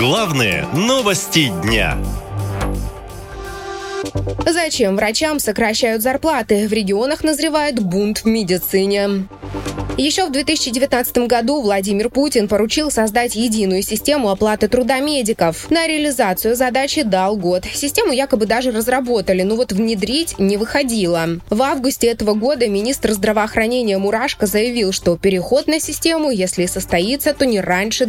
Главные новости дня. Зачем врачам сокращают зарплаты? В регионах назревает бунт в медицине. Еще в 2019 году Владимир Путин поручил создать единую систему оплаты труда медиков. На реализацию задачи дал год. Систему якобы даже разработали, но вот внедрить не выходило. В августе этого года министр здравоохранения Мурашко заявил, что переход на систему, если состоится, то не раньше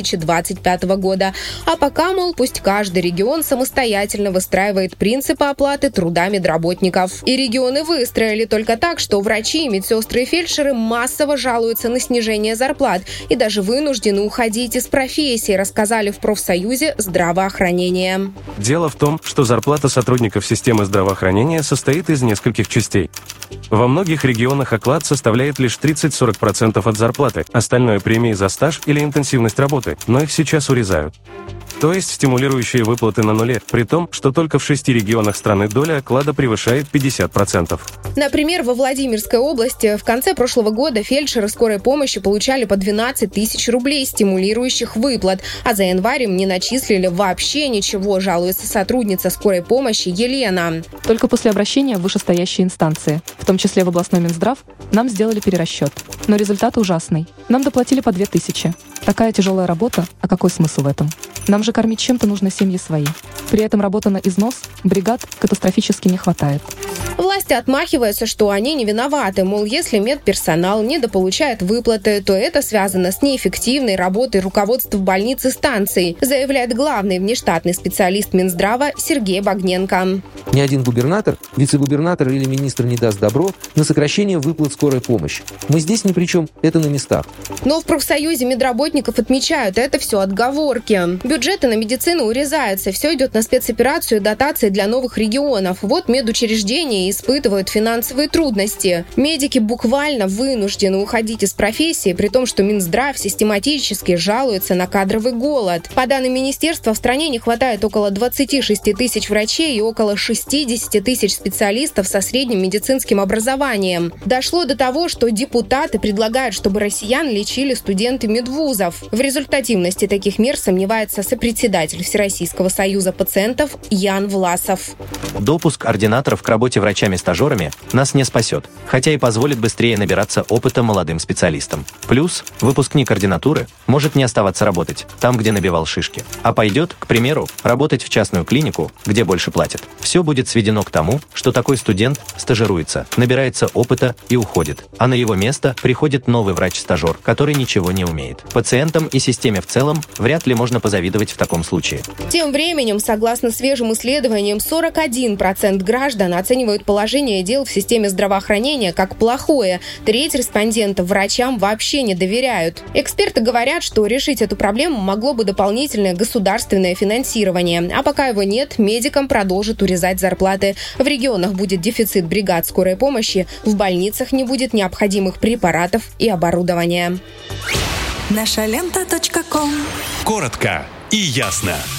2025 года. А пока, мол, пусть каждый регион самостоятельно выстраивает принципы оплаты труда медработников. И регионы выстроили только так, что врачи, медсестры и фельдшеры массово жалуются на снижение зарплат и даже вынуждены уходить из профессии, рассказали в профсоюзе здравоохранения. Дело в том, что зарплата сотрудников системы здравоохранения состоит из нескольких частей. Во многих регионах оклад составляет лишь 30-40% от зарплаты, остальное премии за стаж или интенсивность работы, но их сейчас урезают. То есть стимулирующие выплаты на нуле, при том, что только в 6 регионах страны доля оклада превышает 50%. Например, во Владимирской области в конце прошлого года фельдшеры скорой помощи получали по 12 тысяч рублей стимулирующих выплат, а за январь им не начислили вообще ничего, жалуется сотрудница скорой помощи Елена. Только после обращения в вышестоящие инстанции, в том числе в областной Минздрав, нам сделали перерасчет. Но результат ужасный. Нам доплатили по 2000. Такая тяжелая работа, а какой смысл в этом? Нам же кормить чем-то нужно семьи свои. При этом работа на износ, бригад катастрофически не хватает. Власти отмахиваются, что они не виноваты, мол, если медперсонал недополучает выплаты, то это связано с неэффективной работой руководства больниц и станций, заявляет главный внештатный специалист Минздрава Сергей Багненко. Ни один губернатор, вице-губернатор или министр не даст добро на сокращение выплат скорой помощи. Мы здесь ни при чем, это на местах. Но в профсоюзе медработников отмечают, это все отговорки. Бюджеты на медицину урезаются, все идет на спецоперацию и дотации для новых регионов. Вот медучреждения испытывают финансовые трудности. Медики буквально вынуждены уходить из профессии, при том, что Минздрав систематически жалуется на кадровый голод. По данным министерства, в стране не хватает около 26 тысяч врачей и около 60 тысяч специалистов со средним медицинским образованием. Дошло до того, что депутаты предлагают, чтобы россиян лечили студенты медвузов. В результативности таких мер сомневается сопредседатель Всероссийского союза пациентов Ян Власов. Допуск ординаторов к работе врачами-стажерами нас не спасет, хотя и позволит быстрее набираться опыта молодым специалистам. Плюс выпускник ординатуры может не оставаться работать там, где набивал шишки, а пойдет, к примеру, работать в частную клинику, где больше платят. Все будет сведено к тому, что такой студент стажируется, набирается опыта и уходит, а на его место приходит новый врач-стажер, который ничего не умеет. Пациентам и системе в целом вряд ли можно позавидовать в таком случае. Тем временем, согласно свежим исследованиям, 41% граждан оценивают положение дел в системе здравоохранения как плохое. Треть респондентов врачам вообще не доверяют. Эксперты говорят, что решить эту проблему могло бы дополнительное государственное финансирование. А пока его нет, медикам продолжат урезать зарплаты. В регионах будет дефицит бригад скорой помощи, в больницах не будет необходимых препаратов и оборудования. Нашалента.ком. Коротко и ясно.